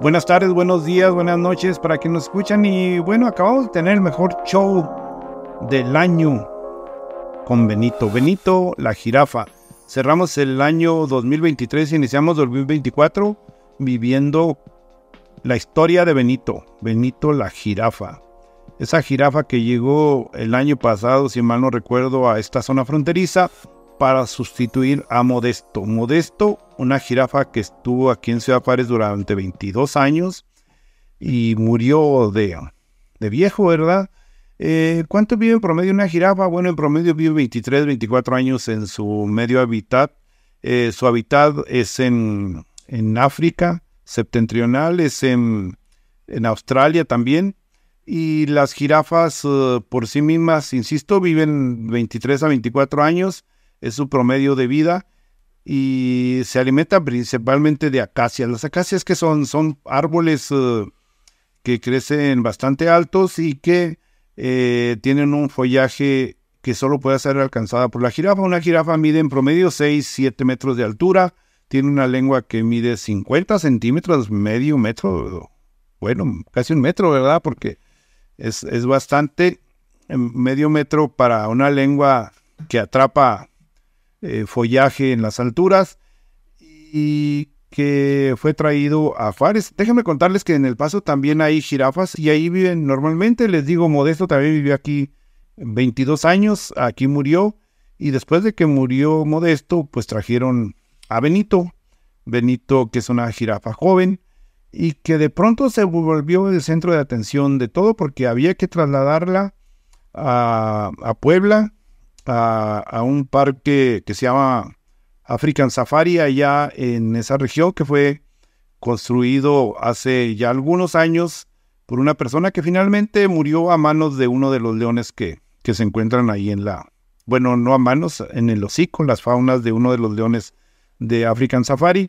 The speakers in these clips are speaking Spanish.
Buenas tardes, buenos días, buenas noches para quienes nos escuchan. Y bueno, acabamos de tener el mejor show del año con Benito. Benito, la jirafa. Cerramos el año 2023 y iniciamos 2024 viviendo la historia de Benito. Benito, la jirafa. Esa jirafa que llegó el año pasado, si mal no recuerdo, a esta zona fronteriza para sustituir a Modesto. Modesto, una jirafa que estuvo aquí en Ciudad Juárez durante 22 años y murió de viejo, ¿verdad? ¿Cuánto vive en promedio una jirafa? Bueno, en promedio vive 23, 24 años en su medio hábitat. Su hábitat es en África septentrional, es en Australia también. Y las jirafas por sí mismas, insisto, viven 23 a 24 años. Es su promedio de vida y se alimenta principalmente de acacias. Las acacias que son árboles que crecen bastante altos y que tienen un follaje que solo puede ser alcanzada por la jirafa. Una jirafa mide en promedio 6-7 metros de altura, tiene una lengua que mide 50 centímetros, medio metro, bueno, casi un metro, ¿verdad? Porque es bastante, medio metro para una lengua que atrapa follaje en las alturas y que fue traído a Juárez. Déjenme contarles que en El Paso también hay jirafas y ahí viven normalmente. Les digo, Modesto también vivió aquí 22 años, aquí murió y después de que murió Modesto, pues trajeron a Benito. Benito, que es una jirafa joven y que de pronto se volvió el centro de atención de todo porque había que trasladarla a Puebla, a un parque que se llama African Safari, allá en esa región, que fue construido hace ya algunos años por una persona que finalmente murió a manos de uno de los leones que se encuentran ahí bueno, no a manos, en el hocico, las faunas de uno de los leones de African Safari.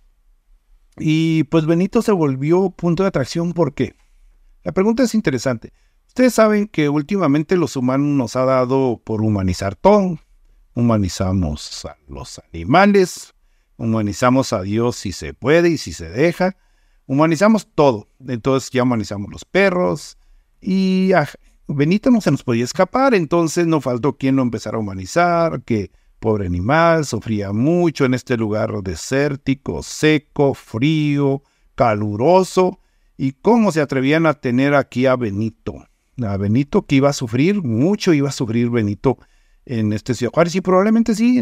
Y pues Benito se volvió punto de atracción. ¿Por qué? La pregunta es interesante. Ustedes saben que últimamente los humanos nos ha dado por humanizar todo. Humanizamos a los animales, humanizamos a Dios si se puede y si se deja. Humanizamos todo. Entonces ya humanizamos los perros y a Benito no se nos podía escapar. Entonces no faltó quien lo empezara a humanizar, que pobre animal, sufría mucho en este lugar desértico, seco, frío, caluroso. ¿Y cómo se atrevían a tener aquí a Benito? A Benito, que iba a sufrir mucho, iba a sufrir Benito en este Ciudad Juárez, y probablemente sí,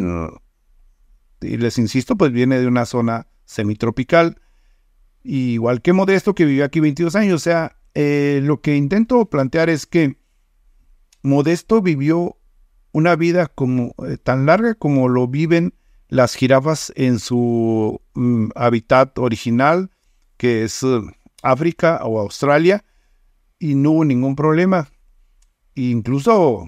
y les insisto, pues viene de una zona semitropical, igual que Modesto, que vivió aquí 22 años. O sea, lo que intento plantear es que Modesto vivió una vida tan larga como lo viven las jirafas en su hábitat original, que es África o Australia, y no hubo ningún problema. Incluso,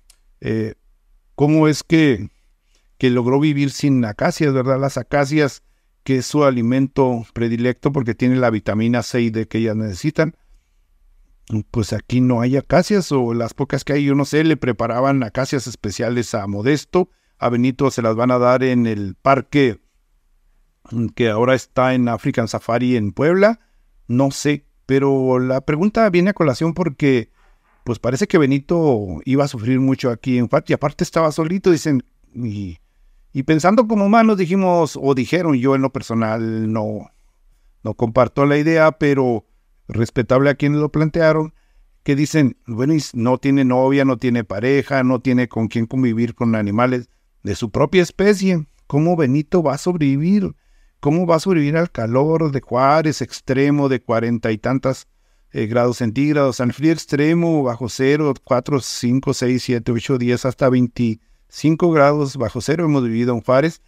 ¿cómo es que logró vivir sin acacias, verdad? Las acacias, que es su alimento predilecto porque tiene la vitamina C y D que ellas necesitan. Pues aquí no hay acacias, o las pocas que hay, yo no sé, le preparaban acacias especiales a Modesto. A Benito se las van a dar en el parque que ahora está en African Safari en Puebla. No sé, pero la pregunta viene a colación porque pues parece que Benito iba a sufrir mucho aquí en Juárez, y aparte estaba solito, dicen, y pensando como humanos dijimos, o dijeron, yo en lo personal no comparto la idea, pero respetable a quienes lo plantearon, que dicen, bueno, no tiene novia, no tiene pareja, no tiene con quién convivir con animales de su propia especie. ¿Cómo Benito va a sobrevivir? ¿Cómo va a sobrevivir al calor de Juárez extremo de 40 y tantos grados centígrados, al frío extremo bajo cero, 4, 5, 6, 7, 8, 10, hasta 25 grados bajo cero hemos vivido en Juárez?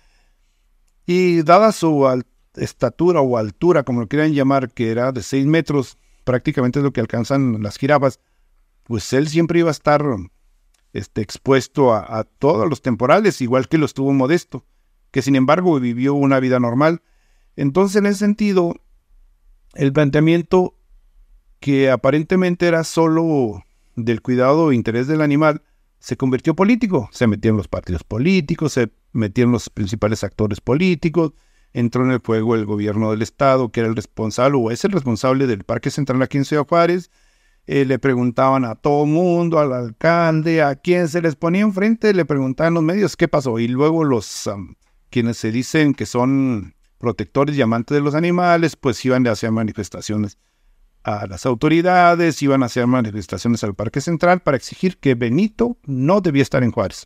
Y dada su estatura o altura, como lo quieran llamar, que era de 6 metros, prácticamente es lo que alcanzan las jirafas, pues él siempre iba a estar expuesto a todos los temporales, igual que lo estuvo Modesto, que sin embargo vivió una vida normal. Entonces, en ese sentido, el planteamiento, que aparentemente era solo del cuidado e interés del animal, se convirtió político. Se metió en los partidos políticos, se metió en los principales actores políticos, entró en el juego el gobierno del estado, que era el responsable, o es el responsable del Parque Central aquí en Ciudad Juárez. Le preguntaban a todo mundo, al alcalde, a quien se les ponía enfrente, le preguntaban los medios qué pasó. Y luego los quienes se dicen que son protectores y amantes de los animales, pues iban a hacer manifestaciones a las autoridades, iban a hacer manifestaciones al Parque Central para exigir que Benito no debía estar en Juárez.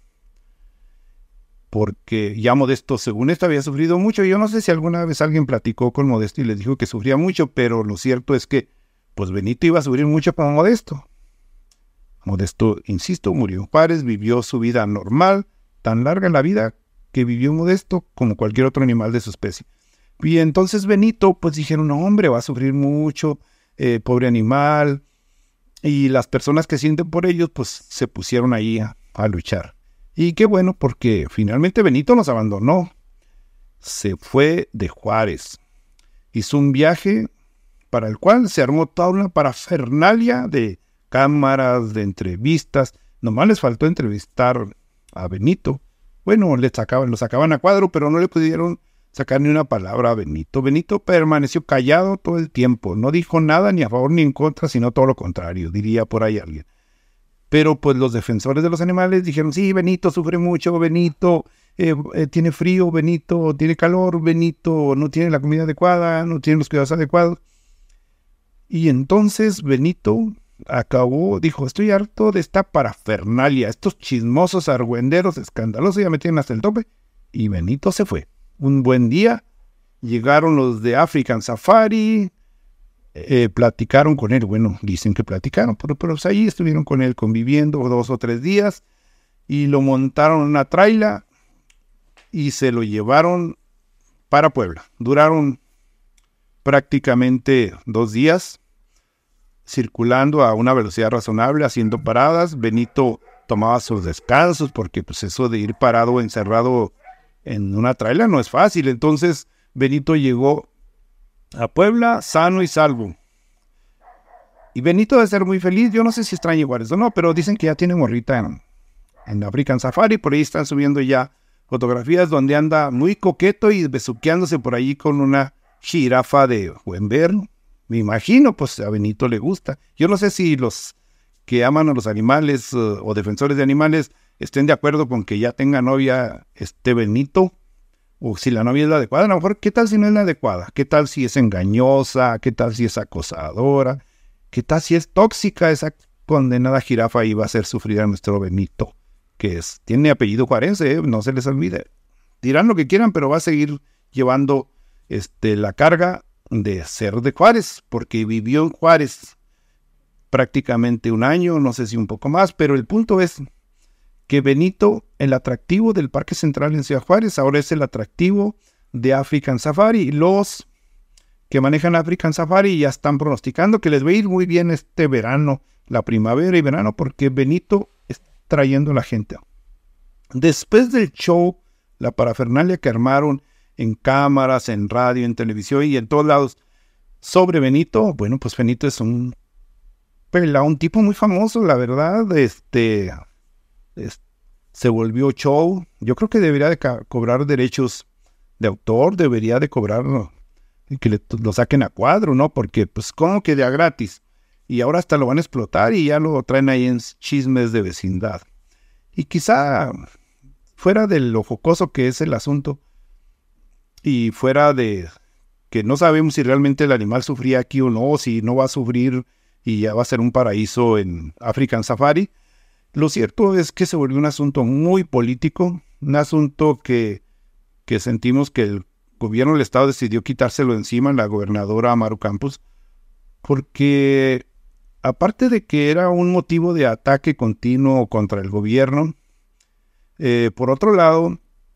Porque ya Modesto, según esto, había sufrido mucho. Yo no sé si alguna vez alguien platicó con Modesto y les dijo que sufría mucho, pero lo cierto es que pues Benito iba a sufrir mucho como Modesto. Modesto, insisto, murió en Juárez, vivió su vida normal, tan larga la vida que vivió Modesto como cualquier otro animal de su especie. Y entonces Benito, pues dijeron, no hombre, va a sufrir mucho, pobre animal. Y las personas que sienten por ellos, pues se pusieron ahí a luchar. Y qué bueno, porque finalmente Benito nos abandonó. Se fue de Juárez. Hizo un viaje para el cual se armó toda una parafernalia de cámaras, de entrevistas. Nomás les faltó entrevistar a Benito. Bueno, lo sacaban a cuadro, pero no le pudieron sacar ni una palabra a Benito. Benito permaneció callado todo el tiempo. No dijo nada ni a favor ni en contra, sino todo lo contrario, diría por ahí alguien. Pero pues los defensores de los animales dijeron, sí, Benito sufre mucho, Benito tiene frío, Benito tiene calor, Benito no tiene la comida adecuada, no tiene los cuidados adecuados. Y entonces Benito dijo, estoy harto de esta parafernalia, estos chismosos argüenderos escandalosos ya me tienen hasta el tope. Y Benito se fue. Un buen día llegaron los de African Safari, platicaron con él, bueno, dicen que platicaron, pero pues ahí estuvieron con él conviviendo 2 o 3 días y lo montaron en una traila y se lo llevaron para Puebla. Duraron prácticamente 2 días circulando a una velocidad razonable, haciendo paradas. Benito tomaba sus descansos porque pues eso de ir parado o encerrado en una traila no es fácil. Entonces Benito llegó a Puebla sano y salvo. Y Benito debe ser muy feliz. Yo no sé si extraña Juárez o no, pero dicen que ya tiene morrita en African Safari. Por ahí están subiendo ya fotografías donde anda muy coqueto y besuqueándose por allí con una jirafa de buen ver. Me imagino, pues a Benito le gusta. Yo no sé si los que aman a los animales o defensores de animales estén de acuerdo con que ya tenga novia Benito, o si la novia es la adecuada. A lo mejor, ¿qué tal si no es la adecuada? ¿Qué tal si es engañosa? ¿Qué tal si es acosadora? ¿Qué tal si es tóxica? Esa condenada jirafa iba a hacer sufrir a nuestro Benito, que tiene apellido juarense, no se les olvide. Dirán lo que quieran, pero va a seguir llevando la carga de ser de Juárez, porque vivió en Juárez prácticamente 1 año, no sé si un poco más, pero el punto es que Benito, el atractivo del Parque Central en Ciudad Juárez, ahora es el atractivo de African Safari. Los que manejan African Safari ya están pronosticando que les va a ir muy bien este verano, la primavera y verano, porque Benito está trayendo a la gente. Después del show, la parafernalia que armaron en cámaras, en radio, en televisión y en todos lados sobre Benito, bueno, pues Benito es un tipo muy famoso, la verdad. Se volvió show. Yo creo que debería de cobrar derechos de autor, debería de cobrar que lo saquen a cuadro, ¿no? Porque pues como que de a gratis. Y ahora hasta lo van a explotar y ya lo traen ahí en chismes de vecindad. Y quizá fuera de lo jocoso que es el asunto y fuera de que no sabemos si realmente el animal sufría aquí o no, si no va a sufrir y ya va a ser un paraíso en African Safari. Lo cierto es que se volvió un asunto muy político, un asunto que sentimos que el gobierno del estado decidió quitárselo encima, la gobernadora Maru Campos, porque aparte de que era un motivo de ataque continuo contra el gobierno, por otro lado,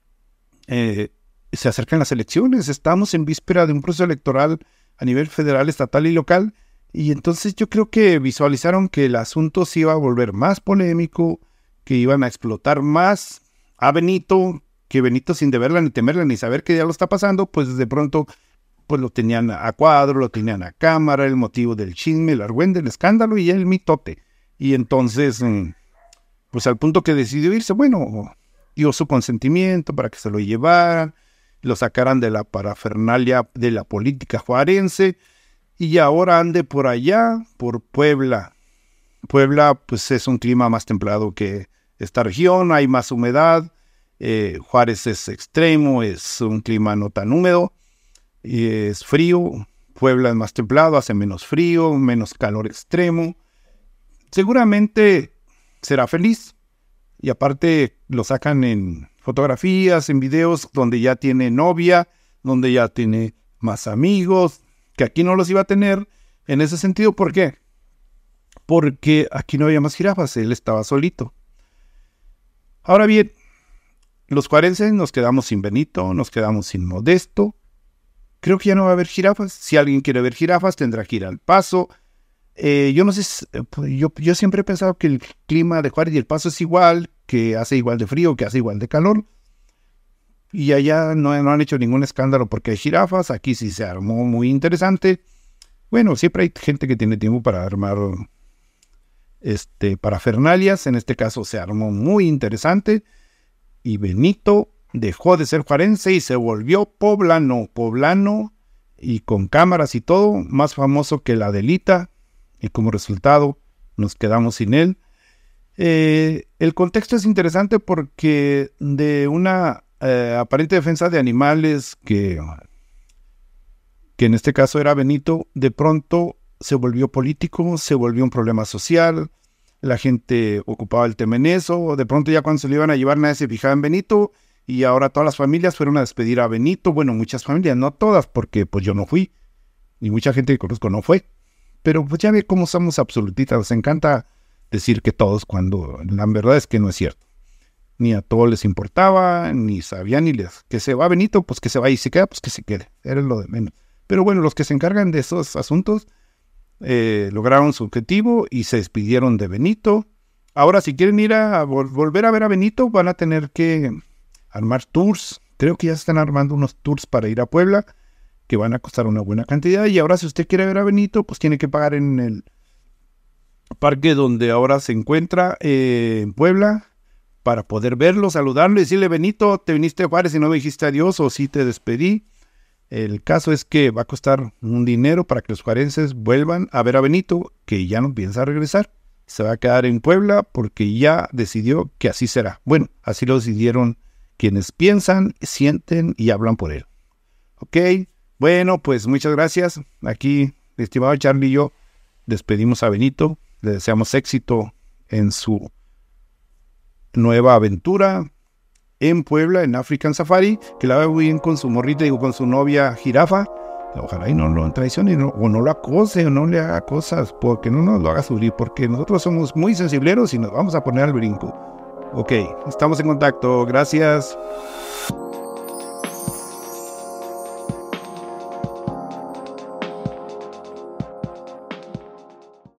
se acercan las elecciones, estamos en víspera de un proceso electoral a nivel federal, estatal y local, y entonces yo creo que visualizaron que el asunto se iba a volver más polémico, que iban a explotar más a Benito, que Benito sin deberla ni temerla ni saber que ya lo está pasando, pues de pronto pues lo tenían a cuadro, lo tenían a cámara, el motivo del chisme, el argüende, el escándalo y el mitote. Y entonces, pues al punto que decidió irse, bueno, dio su consentimiento para que se lo llevaran, lo sacaran de la parafernalia de la política juarense y ahora ande por allá, por Puebla. Puebla pues es un clima más templado que esta región, hay más humedad. Juárez es extremo, es un clima no tan húmedo, y es frío. Puebla es más templado, hace menos frío, menos calor extremo. Seguramente será feliz. Y aparte lo sacan en fotografías, en videos donde ya tiene novia, donde ya tiene más amigos, que aquí no los iba a tener en ese sentido. ¿Por qué? Porque aquí no había más jirafas, él estaba solito. Ahora bien, los juarenses nos quedamos sin Benito, nos quedamos sin Modesto. Creo que ya no va a haber jirafas. Si alguien quiere ver jirafas, tendrá que ir al Paso. Yo no sé, yo siempre he pensado que el clima de Juárez y el Paso es igual, que hace igual de frío, que hace igual de calor. Y allá no han hecho ningún escándalo porque hay jirafas. Aquí sí se armó muy interesante. Bueno, siempre hay gente que tiene tiempo para armar parafernalias. En este caso se armó muy interesante. Y Benito dejó de ser juarense y se volvió poblano y con cámaras y todo, más famoso que la Adelita. Y como resultado nos quedamos sin él. El contexto es interesante porque de una aparente defensa de animales que en este caso era Benito, de pronto se volvió político, se volvió un problema social, la gente ocupaba el tema en eso, de pronto ya cuando se lo iban a llevar nadie se fijaba en Benito y ahora todas las familias fueron a despedir a Benito, bueno, muchas familias, no todas, porque pues yo no fui y mucha gente que conozco no fue. Pero pues ya ve cómo somos absolutistas. Nos encanta decir que todos, cuando la verdad es que no es cierto. Ni a todos les importaba, ni sabían, que se va Benito, pues que se va, y se queda, pues que se quede. Era lo de menos. Pero bueno, los que se encargan de esos asuntos lograron su objetivo y se despidieron de Benito. Ahora, si quieren ir a volver a ver a Benito, van a tener que armar tours. Creo que ya se están armando unos tours para ir a Puebla, que van a costar una buena cantidad. Y ahora si usted quiere ver a Benito, pues tiene que pagar en el parque donde ahora se encuentra en Puebla, para poder verlo, saludarlo y decirle: Benito, te viniste a Juárez y no me dijiste adiós, o sí te despedí. El caso es que va a costar un dinero para que los juarenses vuelvan a ver a Benito, que ya no piensa regresar. Se va a quedar en Puebla porque ya decidió que así será. Bueno, así lo decidieron quienes piensan, sienten y hablan por él. Ok. Bueno, pues muchas gracias. Aquí, estimado Charlie y yo, despedimos a Benito. Le deseamos éxito en su nueva aventura en Puebla, en African Safari. Que la vea muy bien con su morrita, con su novia jirafa. Ojalá y no lo traicione, o no lo acose, o no le haga cosas, porque no nos lo haga sufrir, porque nosotros somos muy sensibleros y nos vamos a poner al brinco. Ok, estamos en contacto. Gracias.